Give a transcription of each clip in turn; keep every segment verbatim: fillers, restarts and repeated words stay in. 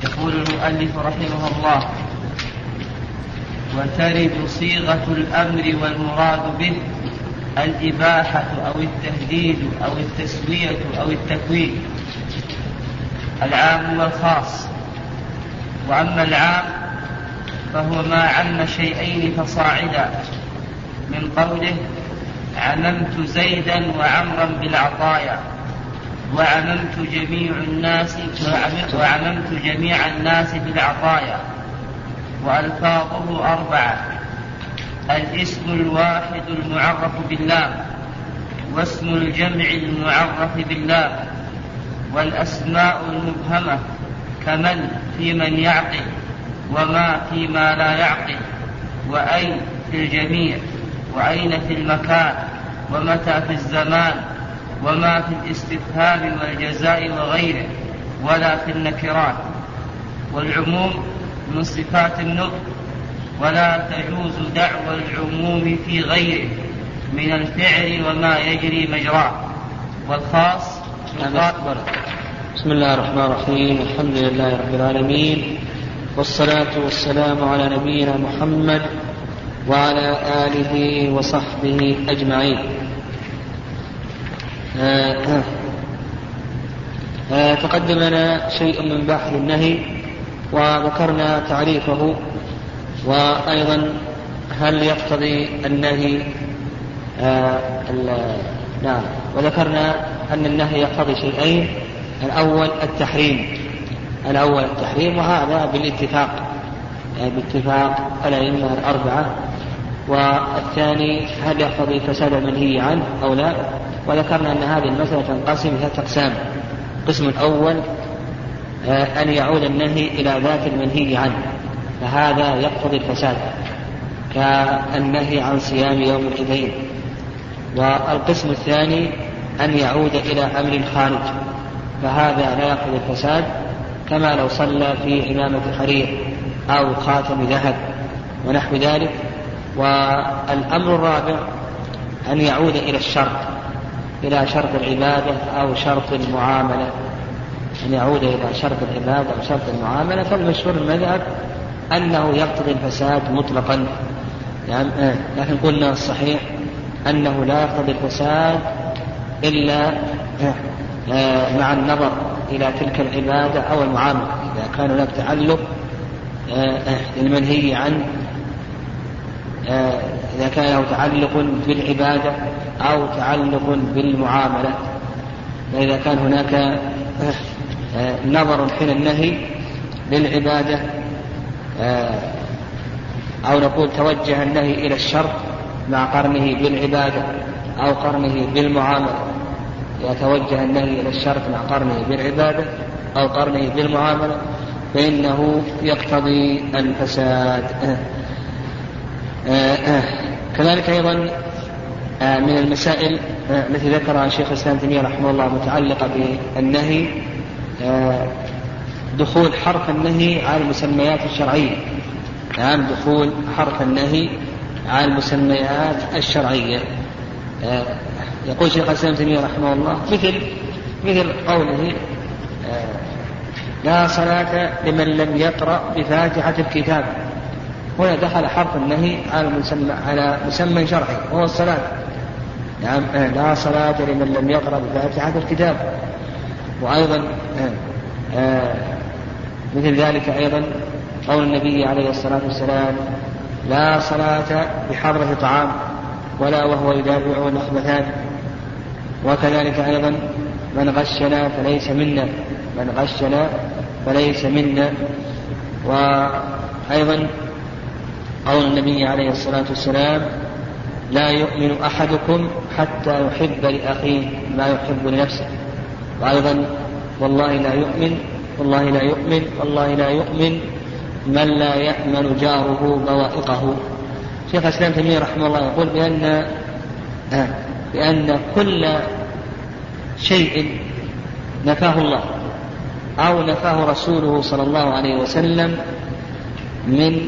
يقول المؤلف رحمه الله: وترد صيغة الأمر والمراد به الإباحة أو التهديد أو التسوية أو التكوين، العام والخاص. وأما العام فهو ما عم شيئين فصاعدا، من قوله: عممت زيدا وعمرا بالعطايا، وعممت جميع الناس وعممت جميع الناس بالعطايا. وألفاظه أربعة: الاسم الواحد المعرف باللام، واسم الجمع المعرف باللام، والأسماء المبهمة كمن في من يعقل، وما فيما لا يعقل، وأي في الجميع، وأين في المكان، ومتى في الزمان، وما في الاستفهام والجزاء وغيره، ولا في النكرات. والعموم من صفات النطق، ولا تجوز دعوى العموم في غيره من الفعل وما يجري مجراه. والخاص بسم الله الرحمن الرحيم. الحمد لله رب العالمين، والصلاة والسلام على نبينا محمد وعلى آله وصحبه أجمعين. آه آه تقدم لنا شيء من بحث النهي وذكرنا تعريفه، وأيضا هل يقتضي النهي آه نعم وذكرنا أن النهي يقتضي شيئين: الأول التحريم الأول التحريم وهذا بالاتفاق يعني باتفاق الأئمة الأربعة. والثاني هل يقتضي فساد المنهي عنه أو لا، وذكرنا أن هذه المسألة تنقسم إلى أقسام. القسم الأول أن يعود النهي إلى ذات المنهي عنه، فهذا يقتضي الفساد كالنهي عن صيام يوم الاثنين. والقسم الثاني أن يعود إلى أمر خارج، فهذا لا يقتضي الفساد، كما لو صلى في عمامة حرير أو خاتم ذهب ونحو ذلك. والأمر الرابع أن يعود إلى الشرط، إلى شرط العبادة أو شرط المعاملة، أن يعود إلى شرط العبادة أو شرط المعاملة. فالمشهور المذهب أنه يقتضي الفساد مطلقا يعني، لكن قلنا الصحيح أنه لا يقتضي الفساد إلا مع النظر إلى تلك العبادة أو المعاملة، إذا كان هناك تعلق للمنهي عنه، إذا كان له تعلق بالعبادة أو تعلق بالمعاملة. فإذا كان هناك نظر حين النهي للعبادة أو نقول توجه النهي إلى الشر مع قرنه بالعبادة أو قرنه بالمعاملة، يتوجه النهي إلى الشر مع قرنه بالعبادة أو قرنه بالمعاملة، فإنه يقتضي الفساد. كذلك أيضا من المسائل التي ذكرها الشيخ الإسلام ابن تيمية رحمه الله متعلقة بالنهي دخول حرف النهي على المسميات الشرعية. نعم، دخول حرف النهي على المسميات الشرعية. يقول الشيخ الإسلام ابن تيمية رحمه الله مثل مثل قوله: لا صلاة لمن لم يقرأ بفاتحة الكتاب. هنا دخل حرف النهي على مسمى على مسمى شرعي وهو الصلاة. نعم، لا صلاة لمن لم يقرأ بفاتحة الكتاب. وأيضا مثل ذلك أيضا قول النبي عليه الصلاة والسلام: لا صلاة بحضرة طعام ولا وهو يدافع الأخبثان. وكذلك أيضا: من غشنا فليس منا من غشنا فليس منا. وأيضا قول النبي عليه الصلاة والسلام: لا يؤمن أحدكم حتى يحب لأخيه ما يحب لنفسه. وأيضا: والله لا يؤمن والله لا يؤمن والله لا يؤمن من لا يأمن جاره بوائقه. شيخ الإسلام ابن تيمية رحمه الله يقول بأن بأن كل شيء نفاه الله أو نفاه رسوله صلى الله عليه وسلم من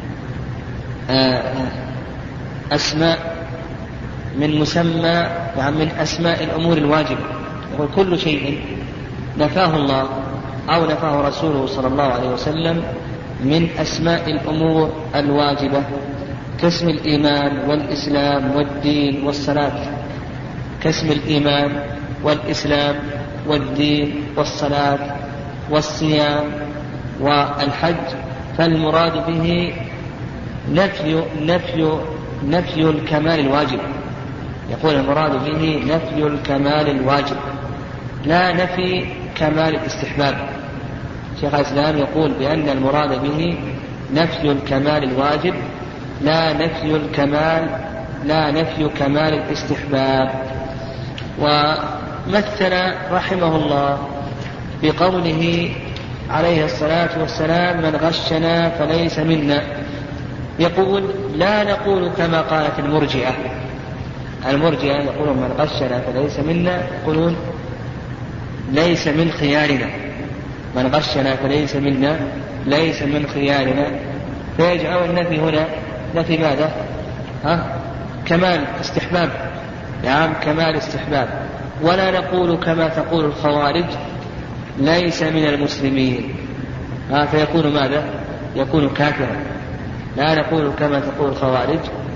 أسماء من مسمى يعني من أسماء الأمور الواجبة، يقول كل شيء نفاه الله أو نفاه رسوله صلى الله عليه وسلم من أسماء الأمور الواجبة كاسم الإيمان والإسلام والدين والصلاة، كاسم الإيمان والإسلام والدين والصلاة والصيام والحج، فالمراد به نفي, نفي, نفي الكمال الواجب. يقول المراد به نفي الكمال الواجب لا نفي كمال الاستحباب. شيخ الإسلام يقول بأن المراد به نفي الكمال الواجب لا نفي الكمال لا نفي كمال الاستحباب. ومثل رحمه الله بقوله عليه الصلاة والسلام من غشنا فليس منا، يقول لا نقول كما قالت المرجئة. المرجئة يقولون من غشنا فليس منا، يقولون ليس من خيارنا، من غشنا فليس منا ليس من خيارنا، فيجعل النفي هنا نفي ماذا؟ ها؟ كمال استحباب، نعم كمال استحباب. ولا نقول كما تقول الخوارج ليس من المسلمين، ها فيكون ماذا؟ يكون كافرا. لا نقول كما تقول الخوارج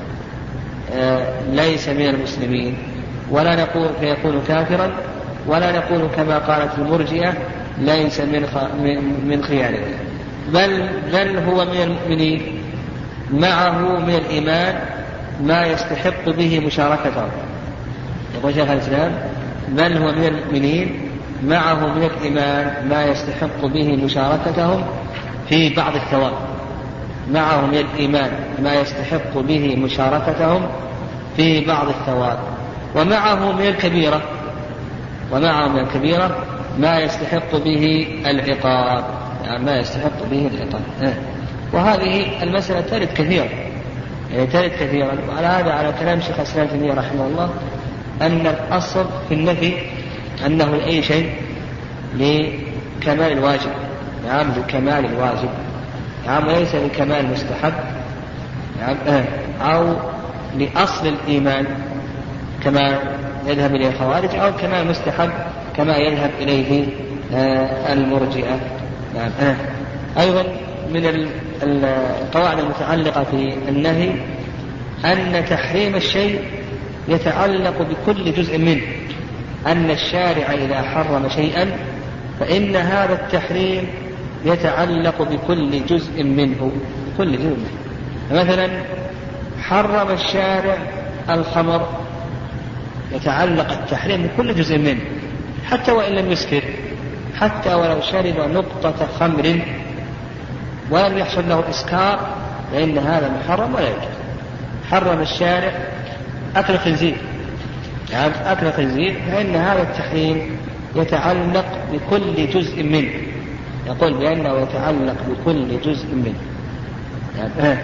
آه ليس من المسلمين، ولا نقول فيكون كافرا، ولا نقول كما قالت المرجئة ليس من من خيارنا، بل بل هو من المؤمنين معه من الإيمان ما يستحق به مشاركته. يقول شيخ الإسلام بل هو من المؤمنين معه من الإيمان ما يستحق به مشاركتهم في بعض الثواب، معه من الإيمان ما يستحق به مشاركتهم في بعض الثواب، ومعه من الكبيرة ومعه من الكبيرة ما يستحق به العقاب، يعني ما يستحق به العقاب. وهذه المسألة ترد كثيرا، يعني ترد كثيرا. وعلى هذا على كلام شيخ الإسلام ابن تيمية رحمه الله أن الأصل في النفي أنه أي شيء لكمال الواجب، نعم لكمال الواجب، نعم وليس لكمال المستحب، نعم أو لأصل الإيمان كما يذهب إليه الخوارج، أو كمال مستحب كما يذهب إليه المرجئة. نعم. أيضا من القواعد المتعلقة في النهي أن تحريم الشيء يتعلق بكل جزء منه، أن الشارع إذا حرم شيئا فإن هذا التحريم يتعلق بكل جزء منه، كل جزء منه. مثلا حرم الشارع الخمر، يتعلق التحريم بكل جزء منه حتى وإن لم يسكر، حتى ولو شرب نقطة خمر ولم يحصل له إسكار فإن هذا محرم ولا يجوز. حرم الشارع أكل خنزير، يعني أكل خنزير، فإن هذا التحريم يتعلق بكل جزء منه، يقول بأنه يتعلق بكل جزء منه. يعني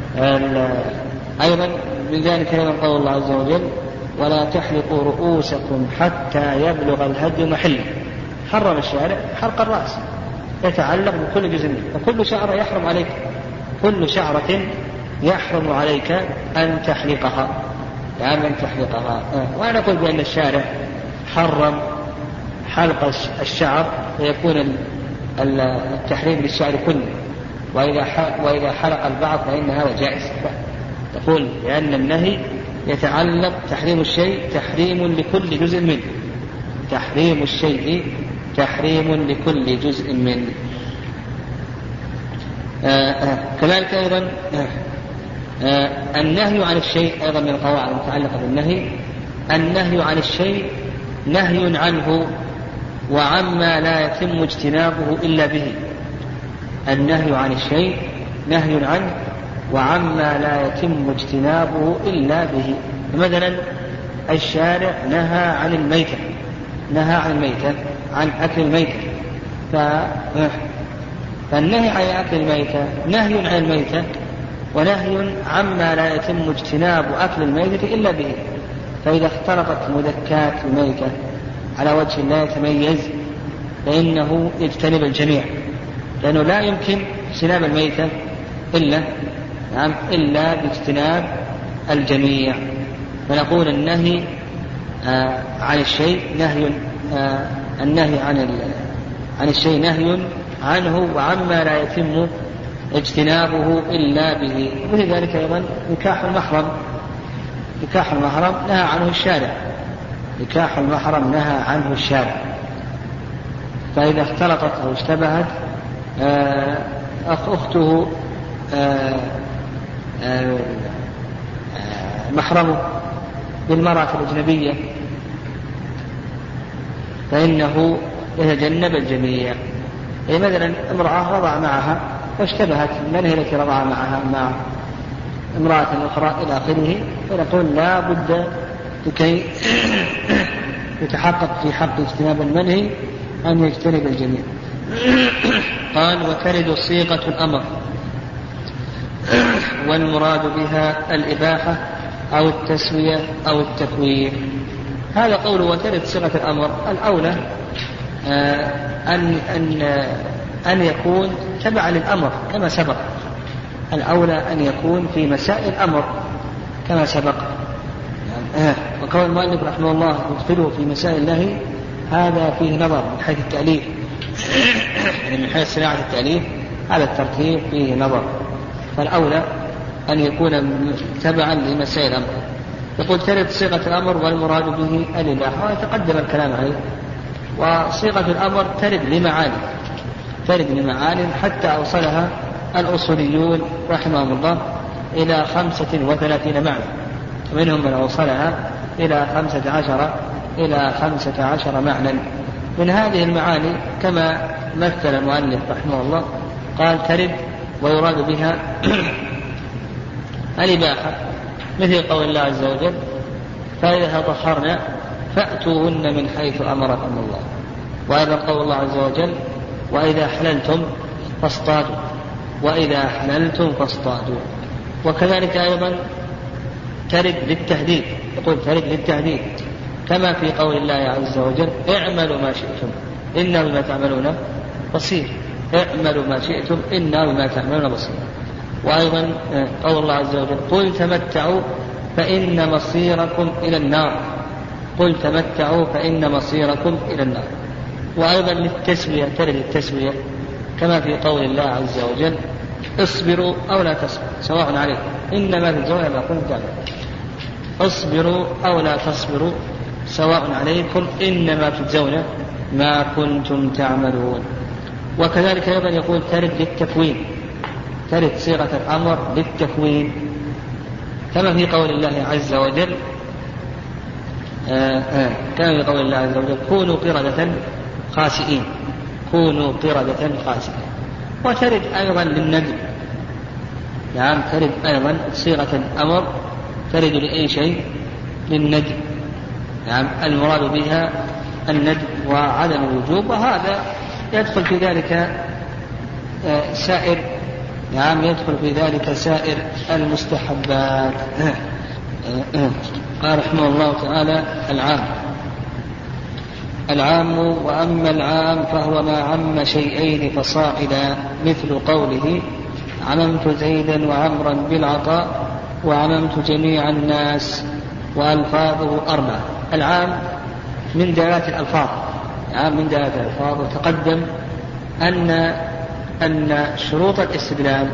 أيضا من ذلك أيضا قول الله عز وجل ولا تحلقوا رؤوسكم حتى يبلغ الهدي محله. حرم الشارع حلق الرأس، يتعلق بكل جزء منه، فكل شعرة يحرم عليك، كل شعرة يحرم عليك أن تحلقها، يعني أن تحلقها. وأنا أقول بأن الشارع حرم حلق الشعر فيكون التحريم للشعر كله، وإذا حلق البعض فإن هذا جائز. تقول لأن النهي يتعلق تحريم الشيء تحريم لكل جزء منه، تحريم الشيء تحريم لكل جزء منه. آه آه كذلك أيضا آه آه النهي عن الشيء أيضا من القواعد المتعلقة بالنهي، النهي عن الشيء نهي عنه وعما لا يتم اجتنابه إلا به. النهي عن الشيء نهي عنه وعما لا يتم اجتنابه إلا به. مثلا الشارع نهى عن الميتة، نهى عن الميتة، عن أكل الميتة، فالنهي عن أكل الميتة نهي عن الميتة ونهي عما لا يتم اجتناب أكل الميتة إلا به. فإذا اختلطت مذكات الميتة على وجه لا يتميز فإنه يجتنب الجميع، لأنه لا يمكن اجتناب الميتة إلا نعم إلا باجتناب الجميع. فنقول النهي آه عن الشيء نهي آه النهي عن عن الشيء نهي عنه وعما لا يتم اجتنابه إلا به. ولذلك أيضا نكاح المحرم نكاح المحرم نهى عنه الشارع نكاح المحرم نهى عنه الشارع فإذا اختلطت أو اشتبهت أخته محرمه بالمرأة الأجنبية فإنه يتجنب الجميع. أي مثلا امرأة رضع معها واشتبهت من هي التي رضع معها مع امرأة أخرى إلى آخره فنقول لا بد لكي يتحقق في حق اجتناب المنهي أن يجتنب الجميع. قال وترد صيغة الأمر والمراد بها الإباحة أو التسوية أو التكوير. هذا قول وترد صيغة الأمر الأولى أن, أن, أن يكون تبع للأمر كما سبق الأولى أن يكون في مسائل الأمر كما سبق وقول المؤلف رحمه الله يدخله في مسائل النهي هذا فيه نظر من حيث التأليف يعني من حيث صناعة التأليف هذا الترتيب فيه نظر فالأولى أن يكون تبعا لمسائل الأمر. يقول ترد صيغة الأمر والمراد به الإباحة ويتقدم الكلام عليه. وصيغة الأمر ترد لمعاني ترد لمعاني حتى أوصلها الأصوليون رحمهم الله إلى خمسة وثلاثين معنى ومنهم من أوصلها إلى خمسة عشر إلى خمسة عشر معنى. من هذه المعاني كما مثل المؤلف رحمه الله قال ترد ويراد بها الإباحة مثل قول الله عز وجل فإذا تطهرن فأتوهن من حيث أمركم الله. وأيضا قول الله عز وجل وإذا حللتم فاصطادوا وإذا حللتم فاصطادوا. وكذلك أيضا ترد للتهديد يقول ترد للتهديد كما في قول الله عز وجل اعملوا ما شئتم إنا بما تعملون بصير اعملوا ما شئتم إنا بما تعملون بصير. وأيضا قول الله عز وجل قل تمتعوا فإن مصيركم إلى النار قل تمتعوا فإن مصيركم إلى النار. وأيضا للتسوية ترد التسوية كما في قول الله عز وجل اصبروا أو لا تصبروا سواء عليكم إنما تجزون ما كنتم تعملون اصبروا أو لا تصبروا سواء عليكم إنما تجزون ما كنتم تعملون. وكذلك أيضا يقول ترد للتكوين ترد صيغة الأمر للتكوين كما في قول الله عز وجل آآ آآ كما في قول الله عز وجل كونوا قردة خاسئين كونوا قردة خاسئين. وترد أيضا للندب نعم ترد أيضا صيغة الأمر ترد لأي شيء للندب نعم المراد بها الندب وعدم الوجوب. وهذا يدخل في ذلك سائر نعم يدخل في ذلك سائر المستحبات. قال رحمه الله تعالى العام العام وأما العام فهو ما عم شيئين فصاعدا مثل قوله عممت زيدا وعمرا بالعطاء وعممت جميع الناس وألفاظه أربعة. العام من دلالات الألفاظ عام من دلالات الألفاظ. وتقدم أن أن شروط الاستدلال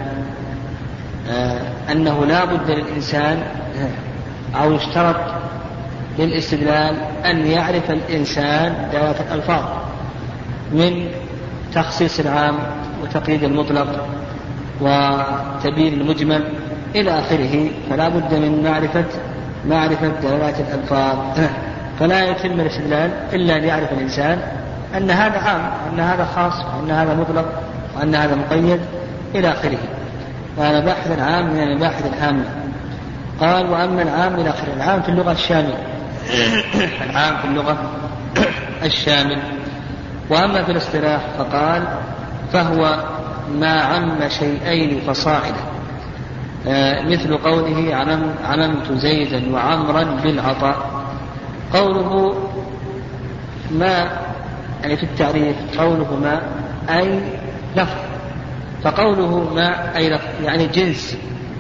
أنه لا بد للإنسان أو يشترط للاستدلال أن يعرف الإنسان دلالة الألفاظ من تخصيص العام وتقييد المطلق وتبيين المجمل إلى آخره. فلا بد من معرفة معرفة دلالات الألفاظ. فلا يتم الاستدلال إلا أن يعرف الإنسان أن هذا عام وأن هذا خاص وأن هذا مطلق وأن هذا مقيد إلى آخره. وهذا باحث العام من المباحث العامة. قال وأما العام إلى آخره. العام في اللغة الشامل العام في اللغة الشامل. وأما في الاصطلاح فقال فهو ما عم شيئين فصاعدا مثل قوله عممت زيدا وعمرا بالعطاء. قوله ما يعني في التعريف قوله ما أي لفظ فقوله ما أي لفظ يعني جنس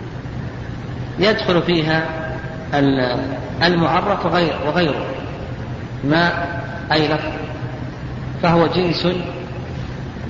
يدخل فيها المعرف وغيره ما أي لفظ فهو جنس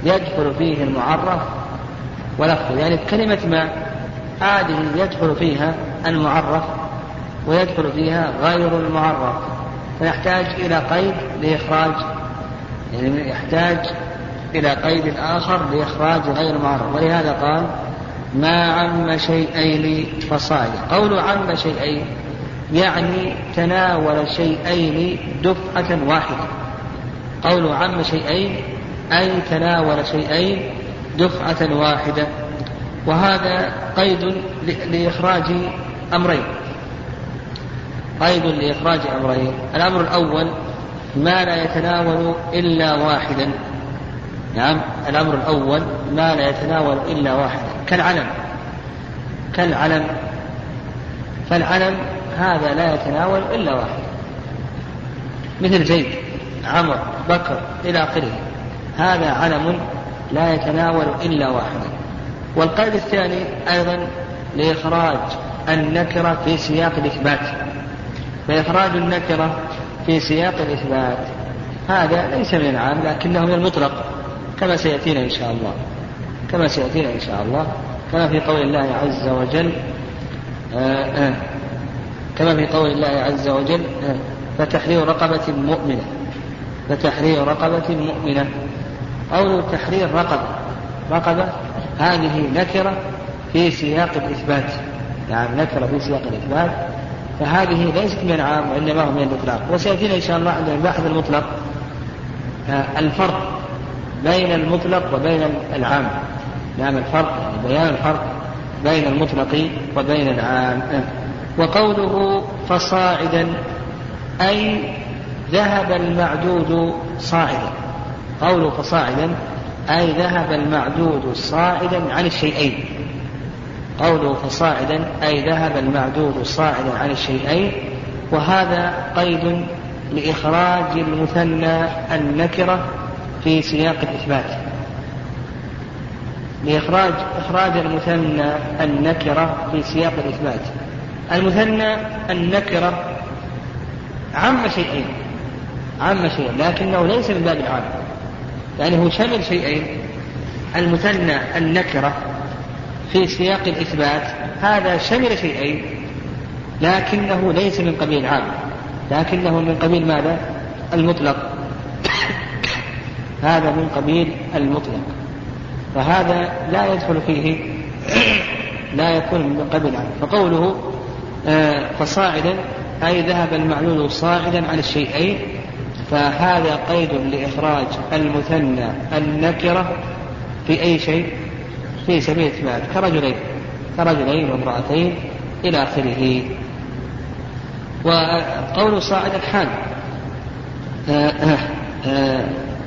يدخل فيه المعرف ولفظه، يعني كلمة ما هذه يدخل فيها المعرف ويدخل فيها غير المعرف، فيحتاج إلى قيد لإخراج، يعني يحتاج إلى قيد آخر لإخراج غير المعرف. ولهذا قال ما عم شيئين فصاعدا. قول عم شيئين يعني تناول شيئين دفعة واحدة. قول عم شيئين أي تناول شيئين دفعة واحدة، وهذا قيد لإخراج أمرين، قيد لإخراج أمرين. الأمر الأول ما لا يتناول إلا واحدا، نعم الأمر الأول ما لا يتناول إلا واحدا، كالعلم، كالعلم فالعلم هذا لا يتناول إلا واحد، مثل زيد، عمر، بكر إلى آخره، هذا علم لا يتناول إلا واحدا. والقيد الثاني أيضا لإخراج النكرة في سياق الإثبات، فإخراج النكرة في سياق الإثبات هذا ليس من العام لكنه من المطلق، كما سيأتينا إن شاء الله، كما سيأتينا إن شاء الله، كما في قول الله عز وجل آآ آآ كما في قول الله عز وجل فتحرير رقبة مؤمنة، فتحرير رقبة مؤمنة، أو تحرير رقبة، رقبة هذه نكرة في سياق الإثبات، يعني نكرة في سياق الإثبات، فهذه ليست من العام وإنما هو من الإطلاق. وسيأتينا إن شاء الله عند البحث المطلق الفرق بين المطلق وبين العام، نعم الفرق، يعني بيان الفرق بين المطلق وبين العام. وقوله فصاعدا أي ذهب المعدود صاعدا، قوله فصاعدا أي ذهب المعدود صاعدا عن الشيئين، قوله فصاعدا أي ذهب المعدود صاعدا عن الشيئين، وهذا قيد لإخراج المثنى النكرة في سياق الإثبات، لإخراج إخراج المثنى النكرة في سياق الإثبات. المثنى النكرة عم شيئين، عم شيئين لكنه ليس من باب العام، يعني هو شمل شيئين. المثنى النكرة في سياق الإثبات هذا شمل شيئين لكنه ليس من قبيل العام، لكنه من قبيل ماذا؟ المطلق، هذا من قبيل المطلق، فهذا لا يدخل فيه، لا يكون من قبيل العام. فقوله آه فصاعدا أي ذهب المعلول صاعدا عن الشيئين، فهذا قيد لإخراج المثنى النكرة في أي شيء في سبيل الإثبات، كرجلين، كرجلين وامرأتين إلى آخره. وقول صاعدا حال آه آه آه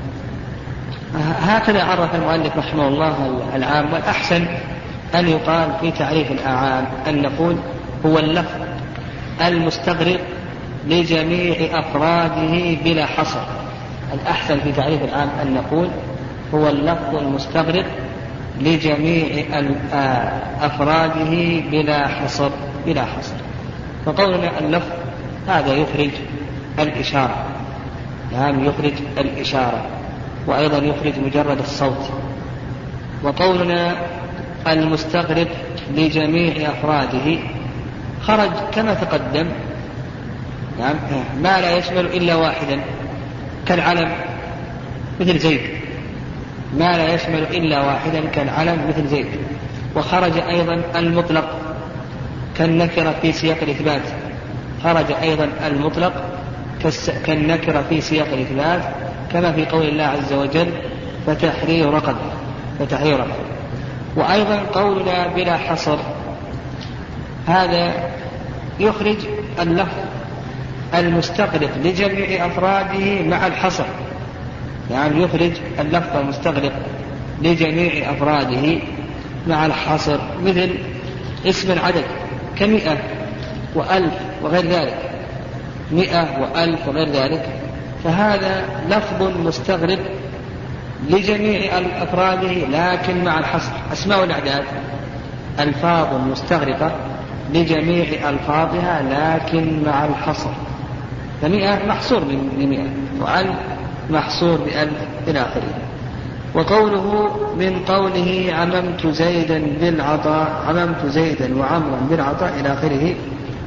هكذا عرف المؤلف رحمه الله العام. والأحسن أن يقال في تعريف الأعام أن نقول هو اللفظ المستغرق لجميع أفراده بلا حصر. الأحسن في تعريف العام أن نقول هو اللفظ المستغرق لجميع أفراده بلا حصر، بلا حصر. فقولنا اللفظ هذا يخرج الإشارة، يعني يخرج الإشارة، وأيضا يخرج مجرد الصوت. وقولنا المستغرق لجميع أفراده خرج كما تقدم، يعني ما لا يشمل إلا واحدا، كالعلم مثل زيد، ما لا يشمل إلا واحدا كالعلم مثل زيد. وخرج أيضا المطلق كالنكرة في سياق الإثبات، خرج أيضا المطلق كالنكرة في سياق الإثبات، كما في قول الله عز وجل فتحرير رقبة، فتحرير رقبة. وأيضا قولنا بلا حصر هذا يخرج اللفظ المستغرق لجميع أفراده مع الحصر، يعني يخرج اللفظ المستغرق لجميع أفراده مع الحصر، مثل اسم العدد كمئة وألف وغير ذلك، مئة وألف وغير ذلك، فهذا لفظ مستغرق لجميع أفراده لكن مع الحصر. أسماء الأعداد ألفاظ مستغرقة لجميع ألفاظها لكن مع الحصر، فمئة محصور بمئة، وألف محصور بألف إلى آخره. وقوله من قوله عممت زيدا بالعطاء، عممت زيدا وعمرا بالعطاء إلى آخره،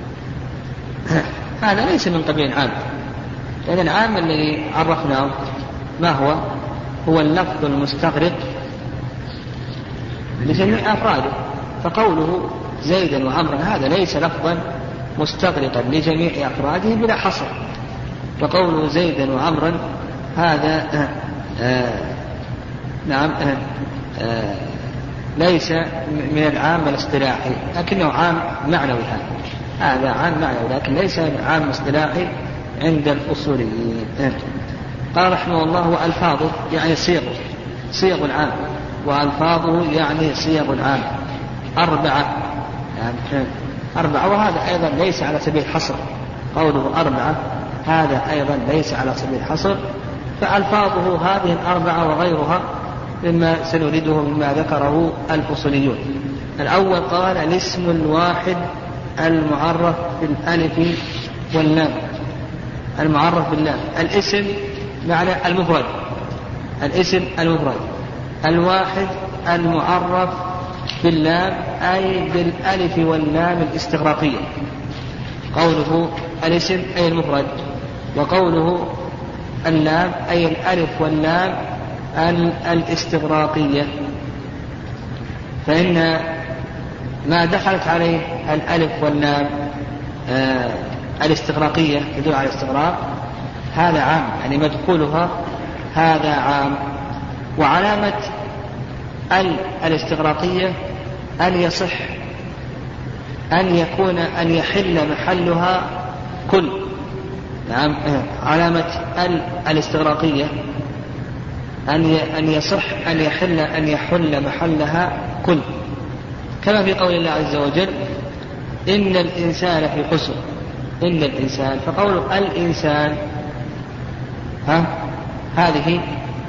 هذا ليس من قبيل عام، لأن العام الذي عرفناه ما هو؟ هو اللفظ المستغرق لجميع أفراده، فقوله زيدا وعمرا هذا ليس لفظا مستغرقا لجميع أفراده بلا حصر، فقوله زيدا وعمرا هذا آه آه نعم آه آه ليس من العام الاصطلاحي، لكنه عام معنوي، هذا هذا عام معنوي لكن ليس عام اصطلاحي عند الأصوليين. آه. قال رحمه الله وألفاظه يعني صيغه، صيغ العام، وألفاظه يعني صيغ العام أربعة، يعني أربعة، وهذا أيضا ليس على سبيل الحصر، قوله أربعة هذا أيضا ليس على سبيل الحصر، فألفاظه هذه الأربعة وغيرها مما سنريده مما ذكره الأصوليون. الأول قال الاسم الواحد المعرف بالألف واللام، المعرف باللام، الاسم معنى المفرد، الاسم المفرد، الواحد المعرف باللام أي بالألف واللام الاستغراقية، قوله الاسم أي المفرد، وقوله اللام أي الألف واللام الاستغراقية، فإن ما دخلت عليه الألف واللام آه الاستغراقية يدل على الاستغراق هذا عام، يعني مدخولها هذا عام. وعلامة الاستغراقية أن يصح أن يكون أن يحل محلها كل، نعم علامة الاستغراقية أن أن يصح أن يحل أن يحل محلها كل، كما في قول الله عز وجل إن الإنسان في خسر، إن الإنسان، فقول الإنسان ها هذه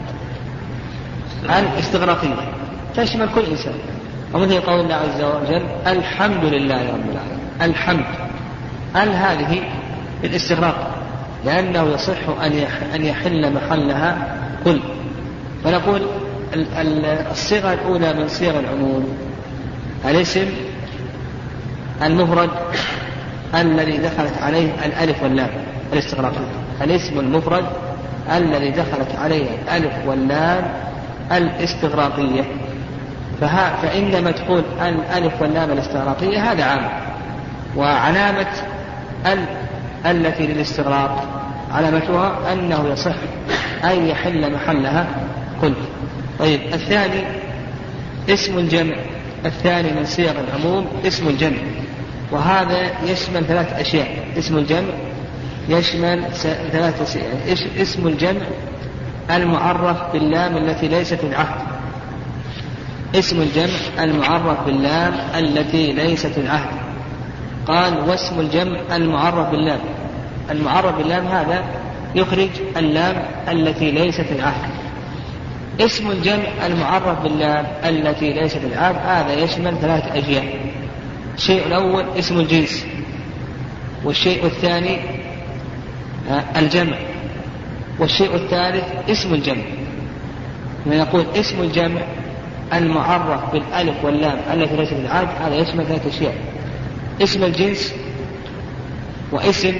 الاستغراقية تشمل كل إنسان. ومثل قول الله عز وجل الحمد لله رب العالمين، الحمد ال هذه الاستغراق لأنه يصح أن يحل محلها كل. فنقول الصيغة الأولى من صيغ العموم الاسم المفرد الذي دخلت عليه الألف واللام الاستغراقية، الاسم المفرد الذي دخلت عليه الألف واللام الاستغراقية، فإن مدخول الألف واللام الاستغراقية هذا عام. وعلامة ال التي للاستغراق علامتها أنه يصح أن يحل محلها كل. طيب الثاني اسم الجمع، الثاني من صيغ العموم اسم الجمع، وهذا يشمل ثلاث أشياء. اسم الجمع يشمل ثلاث أشياء، اسم الجمع المعرف باللام التي ليست العهد، اسم الجمع المعرف باللام التي ليست العهد. قال واسم الجمع المعرف باللام، المعرف باللام هذا يخرج اللام التي ليست العهد. اسم الجمع المعرف باللام التي ليست العهد هذا يشمل ثلاث أشياء. الشيء الأول اسم الجنس، والشيء الثاني الجمع، والشيء الثالث اسم الجمع. نقول اسم الجمع المعرف بالألف واللام التي ليست العهد هذا يشمل ثلاث أشياء: اسم الجنس واسم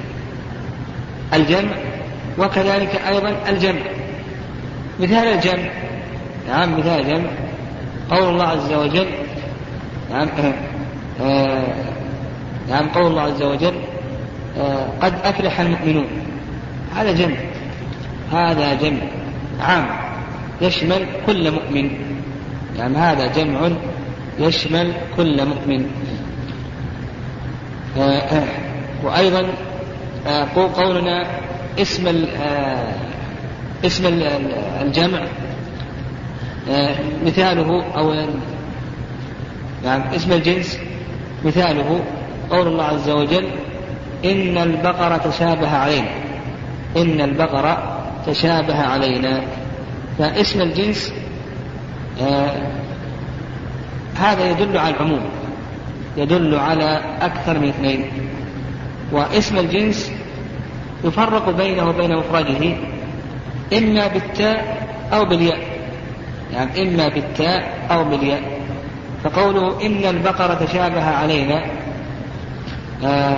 الجمع وكذلك أيضا الجمع. مثال الجمع، نعم مثال الجمع قول الله عز وجل، نعم آه نعم قول الله عز وجل آه قد أفلح المؤمنون، هذا جمع، هذا جمع عام يشمل كل مؤمن، يعني هذا جمع يشمل كل مؤمن. آه آه وأيضا آه قولنا اسم آه اسم الجمع آه مثاله أو يعني اسم الجنس مثاله قول الله عز وجل إن البقرة تشابه علينا، إن البقرة تشابه علينا. فاسم الجنس آه هذا يدل على العموم، يدل على أكثر من اثنين. واسم الجنس يفرق بينه وبين مفرده إما بالتاء أو بالياء، يعني إما بالتاء أو بالياء. فقوله إن البقرة تشابه علينا آه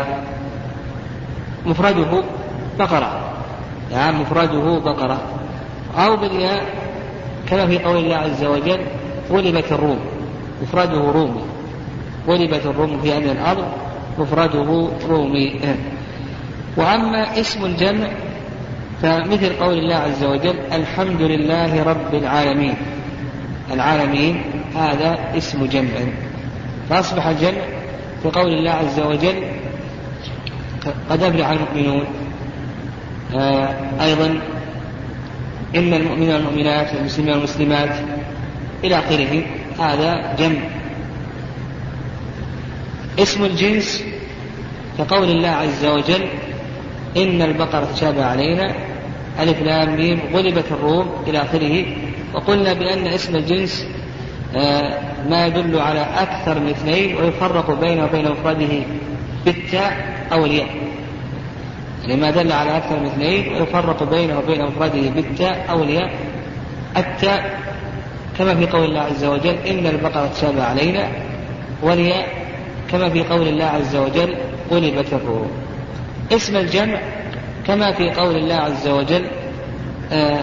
مفرده بقرة، يعني مفرده بقرة، أو بالياء كما في قول الله عز وجل غلبت الروم، مفرده رومي، غلبت الروم في أدنى الأرض، مفرده رومي. وأما اسم الجمع فمثل قول الله عز وجل الحمد لله رب العالمين، العالمين هذا اسم جمع، فأصبح الجمع في قول الله عز وجل قد أفلح المؤمنون، آه أيضا إن المؤمنين والمؤمنات والمسلمين والمسلمات إلى آخره، هذا جمع. اسم الجنس كقول الله عز وجل إن البقرة تشابه علينا ألف لام ميم غلبت الروم إلى آخره. وقلنا بأن اسم الجنس آه ما يدل على أكثر من اثنين ويفرق بينه وبين مفرده بالتاء أو الياء، يعني ما دل على أكثر من اثنين ويفرق بينه وبين مفرده بالتاء أو الياء. التاء كما في قول الله عز وجل إن البقرة تشابه علينا، والياء كما في قول الله عز وجل غلبت الروم. اسم الجمع كما في قول الله عز وجل آه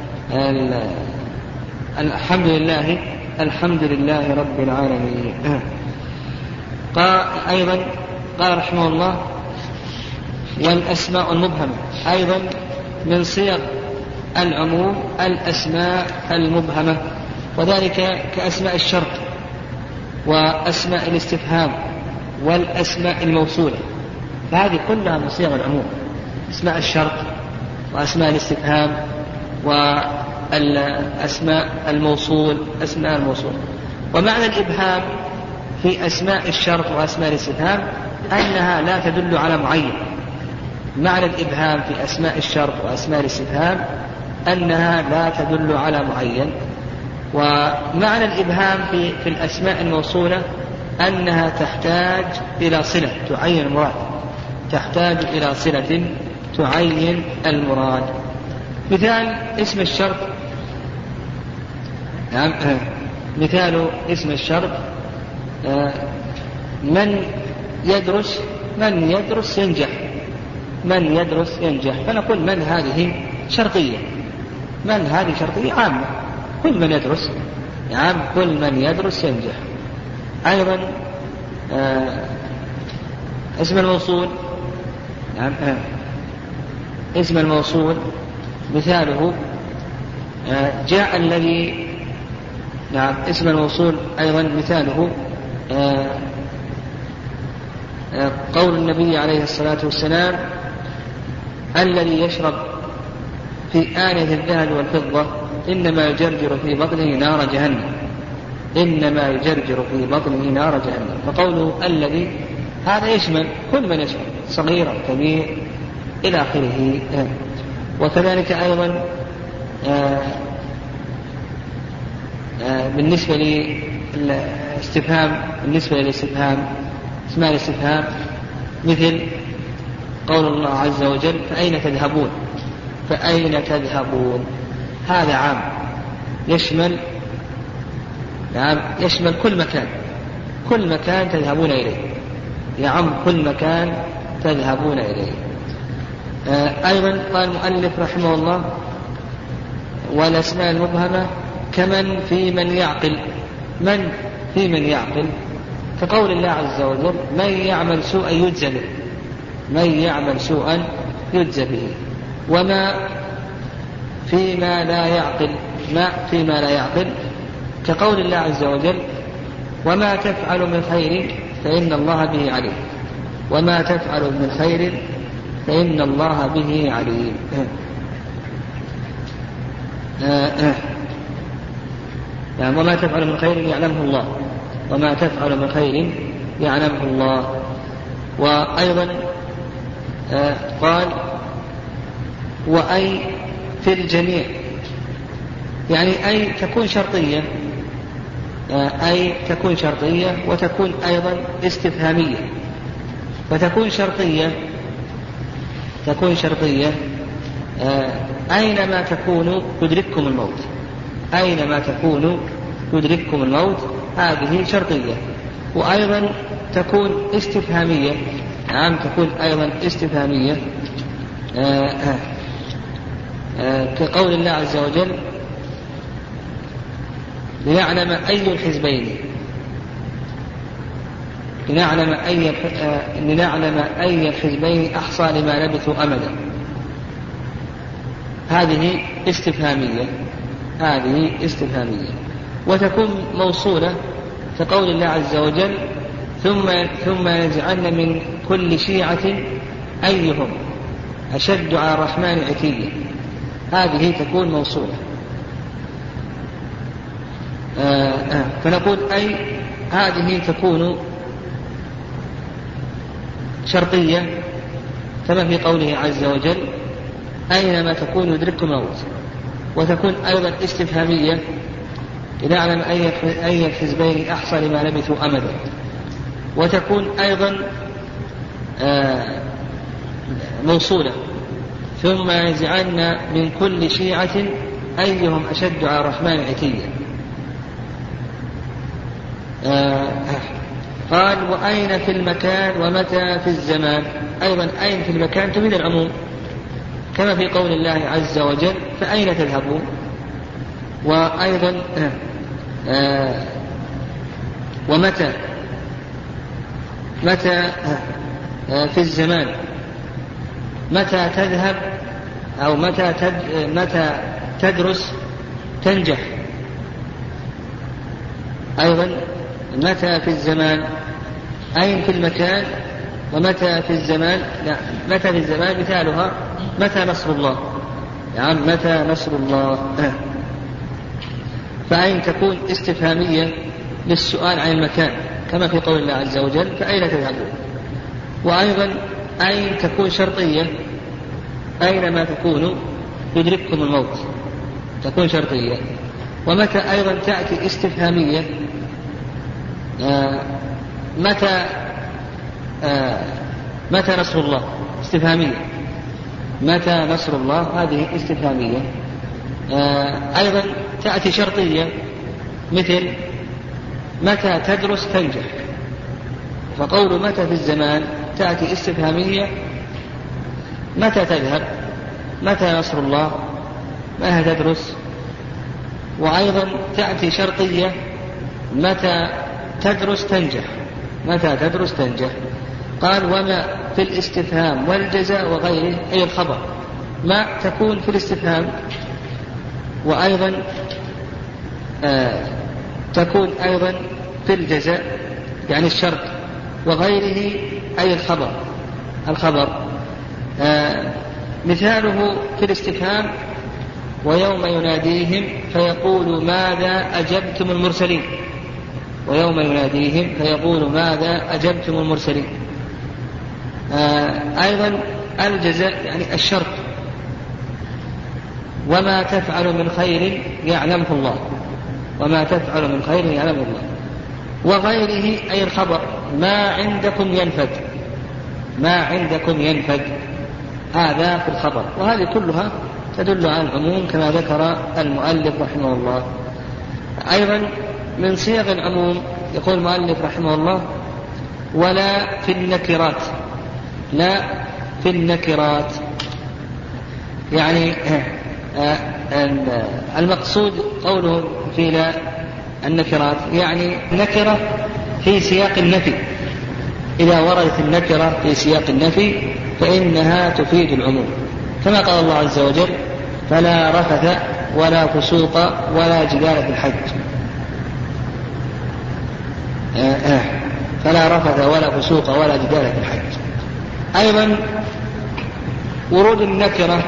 الحمد لله الحمد لله رب العالمين. قال أيضا قال رحمه الله والأسماء المبهمة أيضا من صيغ العموم الأسماء المبهمة، وذلك كأسماء الشرط وأسماء الاستفهام والأسماء الموصولة، فهذه كلها من صيغ العموم، أسماء الشرط وأسماء الاستفهام والأسماء الموصول أسماء الموصول. ومعنى الإبهام في أسماء الشرط وأسماء الاستفهام أنها لا تدل على معين. معنى الإبهام في أسماء الشرط وأسماء الاستفهام أنها لا تدل على معين. ومعنى الإبهام في, في الأسماء الموصولة أنها تحتاج إلى صلة تعين المراد، تحتاج إلى صلة تعين المراد. مثال اسم الشرط، نعم مثال اسم الشرط من يدرس من يدرس ينجح، من يدرس ينجح، فنقول من هذه شرطية، من هذه شرطية عامة، كل من يدرس عام، كل من يدرس ينجح. أيضا آه اسم الموصول، نعم آه اسم الموصول مثاله آه جاء الذي، نعم اسم الموصول أيضا مثاله آه آه قول النبي عليه الصلاة والسلام الذي يشرب في آنية الذهب والفضة إنما يجرجر في بطنه نار جهنم، إنما يجرجر في بطنه نار جهنم. فقوله الذي هذا يشمل كل من يشرب، صغير أو كبير إلى آخره. وكذلك أيضا آآ آآ بالنسبة للاستفهام، بالنسبة للاستفهام اسماء الاستفهام مثل قول الله عز وجل فأين تذهبون، فأين تذهبون، هذا عام يشمل، نعم يشمل كل مكان، كل مكان تذهبون إليه، يعم كل مكان تذهبون إليه. آه أيضا قال المؤلف رحمه الله والأسماء المبهمة كمن في من يعقل، من في من يعقل كقول الله عز وجل من يعمل سوءا يجزى به، من يعمل سوءا يجزى به. وما فيما لا يعقل، ما فيما لا يعقل كقول الله عز وجل وما تفعل من خير فإن الله به عليم، وما تفعل من خير فإن الله به عليم. يعني وما تفعل من خير يعلمه الله، وما تفعل من خير يعلمه الله. وأيضا قال وأي في الجميع، يعني أي تكون شرطية، أي تكون شرطية وتكون أيضا استفهامية. وتكون شرطية، تكون شرطية أينما تكونوا يدرككم الموت، أينما تكونوا يدرككم الموت هذه شرطية. وأيضا تكون استفهامية، نعم تكون أيضا استفهامية آآ آآ كقول الله عز وجل لنعلم أي الحزبين لنعلم أي لنعلم أي الحزبين أحصى لما لبثوا أمدا. هذه استفهامية هذه استفهامية وتكون موصولة كقول الله عز وجل ثم ثم يجعلن من كل شيعة أيهم أشد على الرحمن عتيا. هذه تكون موصولة. آه آه فنقول أي هذه تكون شرطية كما في قوله عز وجل أينما تكون يدرككم الموت. وتكون أيضا استفهامية لنعلم أي الحزبين أحصى لما لبثوا أمدا. وتكون أيضا آه موصولة ثم يجعلن من كل شيعة أيهم أشد على الرحمن عتيا. آه قال وأين في المكان ومتى في الزمان. أيضا أين في المكان تفيد العموم كما في قول الله عز وجل فأين تذهبون. وأيضا آه آه ومتى متى آه في الزمان متى تذهب أو متى تد متى تدرس تنجح. أيضا متى في الزمان أين في المكان ومتى في الزمان. لا متى في الزمان مثالها متى نصر الله، يعني متى نصر الله. فأين تكون استفهامية للسؤال عن المكان كما في قول الله عز وجل فأين تذهبون. وأيضا أين تكون شرطية أينما تكونوا يدرككم الموت تكون شرطية. ومتى أيضا تأتي استفهامية آه متى آه متى نصر الله استفهامية متى نصر الله هذه استفهامية. آه أيضا تأتي شرطية مثل متى تدرس تنجح. فقول متى في الزمان تأتي استفهامية متى تذهب متى نصر الله متى تدرس. وأيضا تأتي شرطية متى تدرس تنجح متى تدرس تنجح. قال وما في الاستفهام والجزاء وغيره أي الخبر ما تكون في الاستفهام. وأيضا آه تكون أيضا في الجزاء يعني الشرط وغيره أي الخبر الخبر آه مثاله في الاستفهام ويوم يناديهم فيقول ماذا أجبتم المرسلين ويوم يناديهم فيقول ماذا أجبتم المرسلين. آه أيضا الجزاء يعني الشرط وما تفعل من خير يعلمه الله وما تفعل من خير يعلمه الله. وغيره أي الخبر ما عندكم ينفد ما عندكم ينفد هذا في الخبر. وهذه كلها تدل على العموم كما ذكر المؤلف رحمه الله. أيضا من صيغ العموم يقول المؤلف رحمه الله ولا في النكرات لا في النكرات يعني المقصود قوله في لا النكرات يعني نكرة في سياق النفي. إذا وردت النكرة في سياق النفي فإنها تفيد العموم كما قال الله عز وجل فلا رفث ولا فسوق ولا جدال في الحج. فلا رفث ولا فسوق ولا جدال في الحج. أيضا ورود النكرة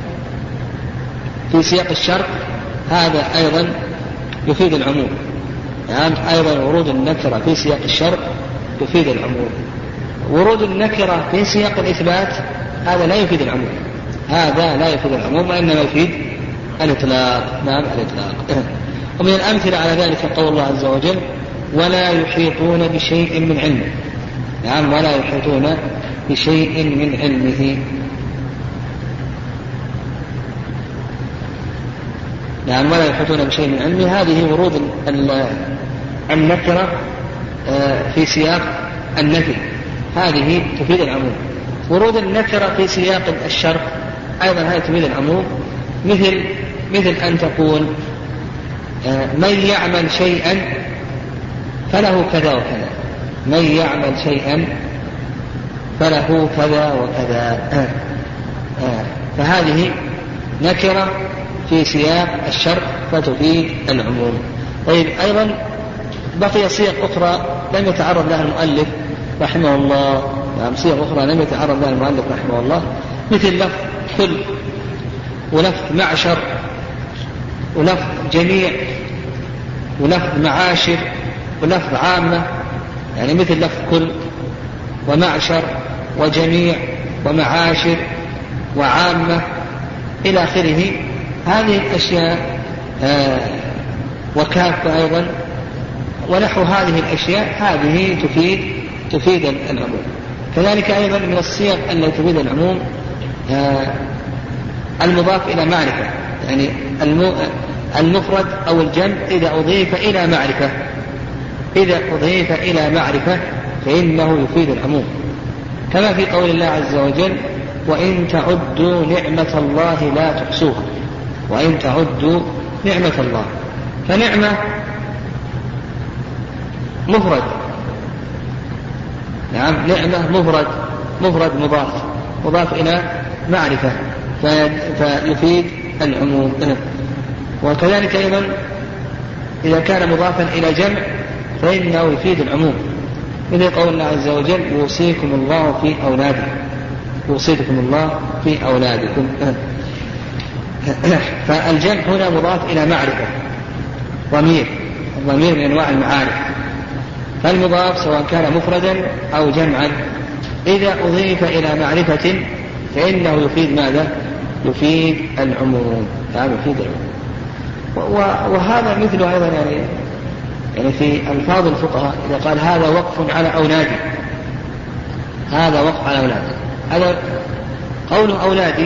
في سياق الشرط هذا أيضا يفيد العموم. يعني أيضا ورود النكرة في سياق الشرط يفيد العموم. ورود النكرة في سياق الإثبات هذا لا يفيد العموم هذا لا يفيد العموم وإنما يفيد الإطلاق. نعم الإطلاق. ومن الأمثلة على ذلك قول الله عز وجل ولا يحيطون بشيء من علمه. نعم ولا يحيطون بشيء من علمه. يعني ولا يحيطون بشيء من علمه، هذه ورود النكرة في سياق النفي، هذه تفيد العموم. ورود النكرة في سياق الشرط أيضا هذه تفيد العموم، مثل مثل أن تقول من يعمل شيئا فله كذا وكذا، من يعمل شيئا فله كذا وكذا، فهذه نكرة في سياق الشرط فتفيد العموم. طيب أيضا بقي صيغ أخرى لم يتعرض لها المؤلف رحمه الله، يعني صيغ أخرى لم يتعرض لها المؤلف رحمه الله، مثل لفظ كل، ولفظ معشر، ولفظ جميع، ولفظ معاشر، ولفظ عامة، يعني مثل لفظ كل ومعشر وجميع ومعاشر وعامة إلى آخره. هذه الأشياء آه وكافة أيضا ونحو هذه الأشياء، هذه تفيد تفيد العموم. كذلك أيضا من الصيغ التي تفيد العموم آه المضاف إلى معرفة، يعني المفرد أو الجمع إذا أضيف إلى معرفة، إذا أضيف إلى معرفة فإنه يفيد العموم، كما في قول الله عز وجل وإن تعدوا نعمة الله لا تحصوها، وإن تعدوا نعمة الله، فنعمة مفرد، نعم نعمة مفرد، مفرد مضاف مضاف إلى معرفة فيفيد العموم. وكذلك أيضا إذا كان مضافا إلى جمع فإنه يفيد العموم، مثل قول الله عز وجل يوصيكم الله في أولادكم، يوصيكم الله في أولادكم. فالجمع هنا مضاف إلى معرفة، ضمير، الضمير من أنواع المعارف، فالمضاف سواء كان مفردا أو جمعا إذا أضيف إلى معرفة فإنه يفيد ماذا؟ يفيد العموم، يعني يفيد العموم. وهذا مثله أيضا يعني يعني في ألفاظ الفقهاء إذا قال هذا وقف على أولادي، هذا وقف على أولادي، هذا قول أولادي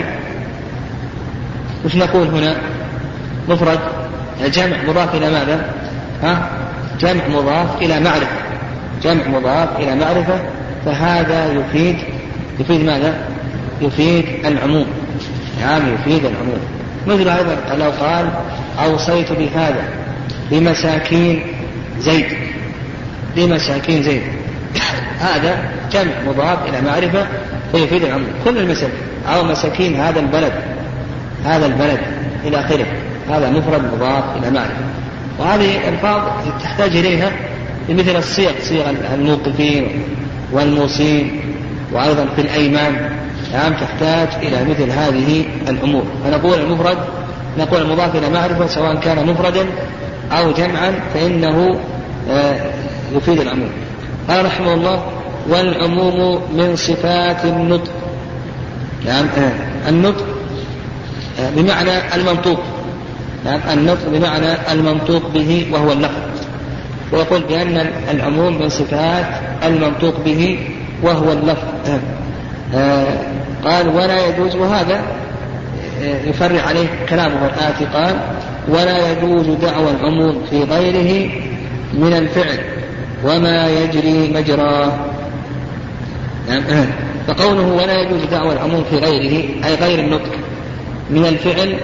وش نقول هنا؟ مفرد، جمع مضاف إلى ماذا؟ ها؟ جمع مضاف إلى معرفة، جمع مضاف إلى معرفة، فهذا يفيد يفيد ماذا؟ يفيد العموم، يعني يفيد العموم. مثل أيضا لو قال أوصيت بهذا لمساكين زيد، لمساكين زيد، هذا جمع مضاف إلى معرفة فيفيد العموم، كل المساكين أو مساكين هذا البلد، هذا البلد إلى آخره، هذا مفرد مضاف إلى معرفة. وهذه الألفاظ تحتاج إليها مثل الصيغ، صيغ الموقفين والموصين، وأيضا في الأيمان، نعم تحتاج إلى مثل هذه الأمور. فنقول المفرد، نقول المضاف إلى معرفة سواء كان مفردا أو جمعا فإنه يفيد العموم. قال رحمه الله والعموم من صفات النطق، نعم النطق بمعنى المنطوق، نعم النطق بمعنى المنطوق به وهو اللفظ، ويقول بأن العموم من صفات المنطوق به وهو اللفظ. قال ولا يجوز، وهذا يفرع عليه كلامه الآتي، قال ولا يجوز دعوى العموم في غيره من الفعل وما يجري مجراه. فقوله ولا يجوز دعوى العموم في غيره أي غير النطق من الفعل،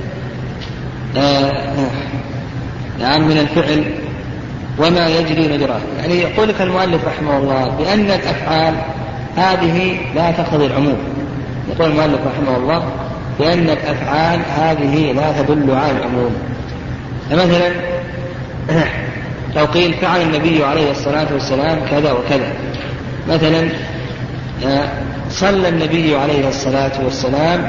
نعم من الفعل وما يجري مجراه، يعني يقول لك المؤلف رحمه الله بأن الأفعال هذه لا تقتضي العموم. يقول المؤلف رحمه الله بأن الأفعال هذه لا تدل على العموم. فمثلا لو قيل فعل النبي عليه الصلاة والسلام كذا وكذا، مثلا صلى النبي عليه الصلاة والسلام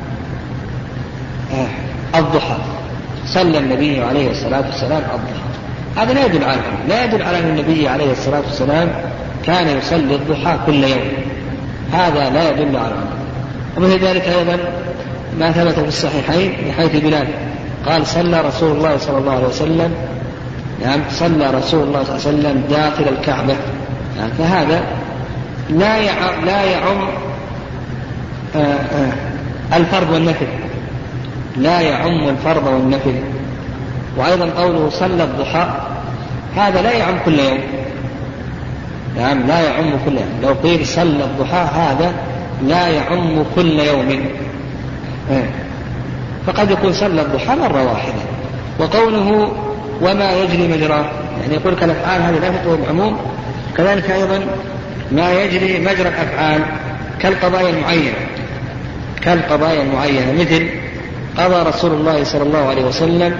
الضحى، صلى النبي عليه الصلاة والسلام الضحى، هذا لا يدل على العموم، لا يدل على أن النبي عليه الصلاة والسلام كان يصلي الضحى كل يوم، هذا لا يدل على العموم. ومثل ذلك أيضا ما ثبت في الصحيحين من حيث بلال قال صلى رسول الله صلى الله عليه وسلم، يعني صلى رسول الله صلى الله عليه وسلم داخل الكعبة، يعني فهذا لا يعم, لا يعم آآ آآ الفرض والنفل، لا يعم الفرض والنفل، وأيضا قوله صلى الضحى هذا لا يعم كل يوم، نعم لا يعم كل يوم. لو قيل صلى الضحى هذا لا يعم كل يوم، فقد يكون صلى الضحى مرة واحدة. وقوله وما يجري مجراه، يعني يقول كالأفعال هذه لا تطلب العموم، كذلك أيضا ما يجري مجرى الأفعال كالقضايا المعينة، كالقضايا المعينة مثل قضى رسول الله صلى الله عليه وسلم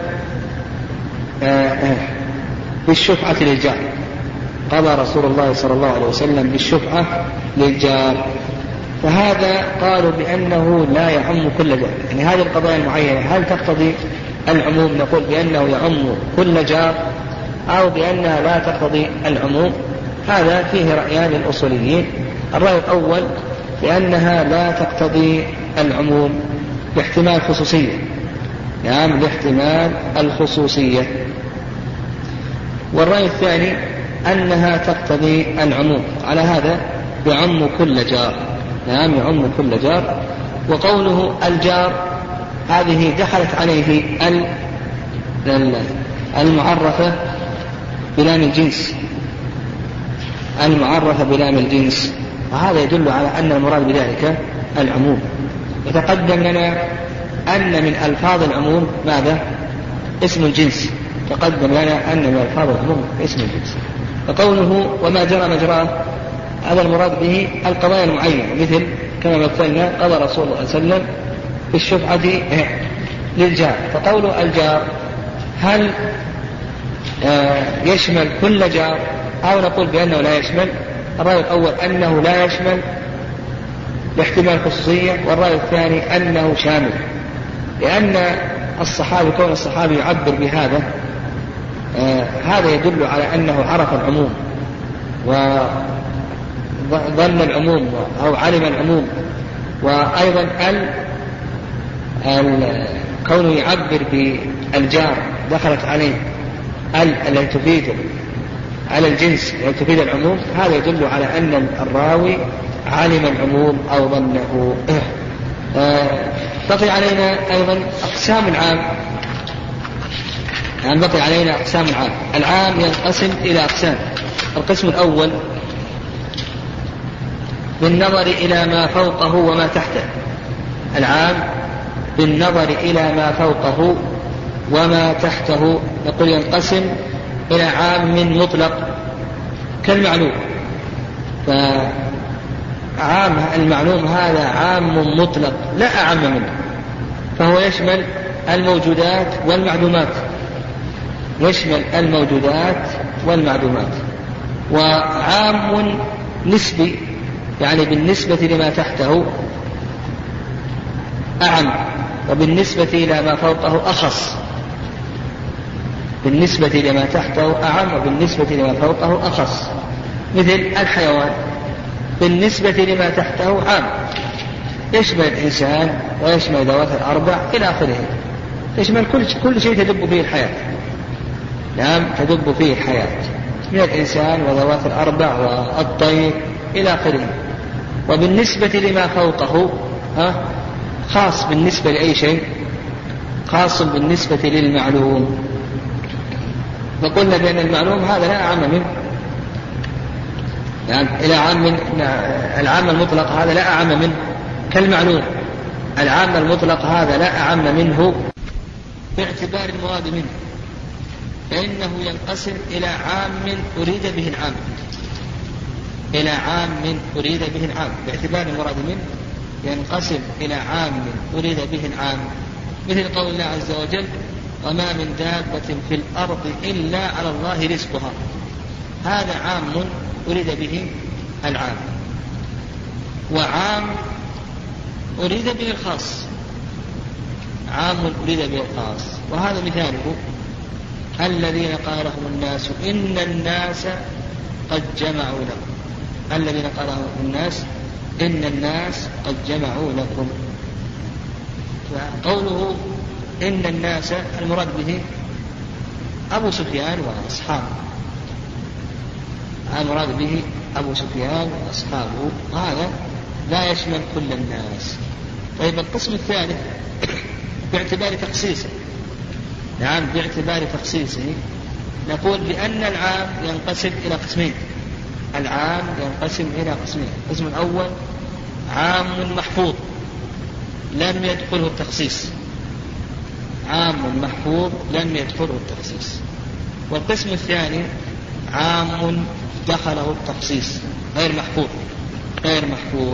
بالشفعة للجار، قضى رسول الله صلى الله عليه وسلم بالشفعة للجار، فهذا قالوا بأنه لا يعم كل جار. يعني هذه القضايا المعينة هل تقتضي العموم؟ نقول بأنه يعم كل جار أو بأنها لا تقتضي العموم. هذا فيه رأيان للأصوليين. الرأي الأول بأنها لا تقتضي العموم باحتمال خصوصية، نعم باحتمال الخصوصية. والرأي الثاني أنها تقتضي العموم، على هذا يعم كل جار، نعم يعم كل جار. وقوله الجار هذه دخلت عليه المعرفة بلام الجنس، المعرفة بلام الجنس، وهذا يدل على أن المراد بذلك العموم. وتقدم لنا أن من ألفاظ العموم ماذا؟ اسم الجنس، تقدم لنا أن من ألفاظ العموم اسم الجنس. فقوله وما جرى مجراه هذا المراد به القضايا المعينة، مثل كما مثلنا قضى رسول الله صلى الله عليه وسلم بالشفعة للجار. فقول الجار هل يشمل كل جار أو نقول بأنه لا يشمل؟ الرأي الأول أنه لا يشمل باحتمال خصوصية، والرأي الثاني أنه شامل، لأن الصحابي كون الصحابي يعبر بهذا آه هذا يدل على أنه عرف العموم وظن العموم أو علم العموم. وأيضا ال كونه يعبر بالجار دخلت عليه ال التي تفيد على الجنس التي تفيد العموم، هذا يدل على أن الراوي علم العموم أو ظنه. آه بقي علينا أيضا أقسام العام، يعني بقي علينا أقسام العام. العام ينقسم إلى أقسام. القسم الأول بالنظر إلى ما فوقه وما تحته، العام بالنظر إلى ما فوقه وما تحته، نقول ينقسم إلى عام مطلق كالمعلوم. فعام المعلوم هذا عام مطلق لا أعم منه، فهو يشمل الموجودات والمعدومات، يشمل الموجودات والمعدومات. وعام نسبي يعني بالنسبة لما تحته أعم، وبالنسبة إلى ما فوقه أخص، بالنسبة لما تحته أعم وبالنسبة لما فوقه أخص. مثل الحيوان بالنسبة لما تحته عام، يشمل الإنسان ويشمل ذوات الأربع إلى آخره، يشمل كل كل شيء تدب فيه الحياة، نعم تدب فيه الحياة من الإنسان وذوات الأربع والطير إلى آخره. وبالنسبة لما فوقه ها خاص بالنسبة لأي شيء، خاص بالنسبة للمعلوم. فقلنا بأن المعلوم هذا لا أعم منه، يعني إلى عام من العام المطلق هذا لا أعم منه كالمعلوم، العام المطلق هذا لا أعم منه باعتبار المراد منه، فإنه ينقسم إلى عام أريد به العام، إلى عام أريد به العام باعتبار المراد منه، ينقسم إلى عام أريد به العام. مثل قول الله عز وجل وما من دابة في الأرض إلا على الله رزقها، هذا عام أريد به العام. وعام أريد به الخاص، عام أريد به الخاص، وهذا مثاله الذين قال لهم الناس إن الناس قد جمعوا لكم، الذين قال لهم الناس إن الناس قد جمعوا لكم. فقوله إن الناس المراد به أبو سفيان وأصحابه، المراد به أبو سفيان وأصحابه، هذا لا يشمل كل الناس. طيب القسم الثالث باعتبار تخصيصه، نعم باعتبار تخصيصه نقول بأن العام ينقسم إلى قسمين. العام ينقسم إلى قسمين. القسم الأول عام محفوظ لم يدخله التخصيص، عام محفوظ لم يدخله التخصيص. والقسم الثاني عام دخله التخصيص غير محفوظ غير محفوظ.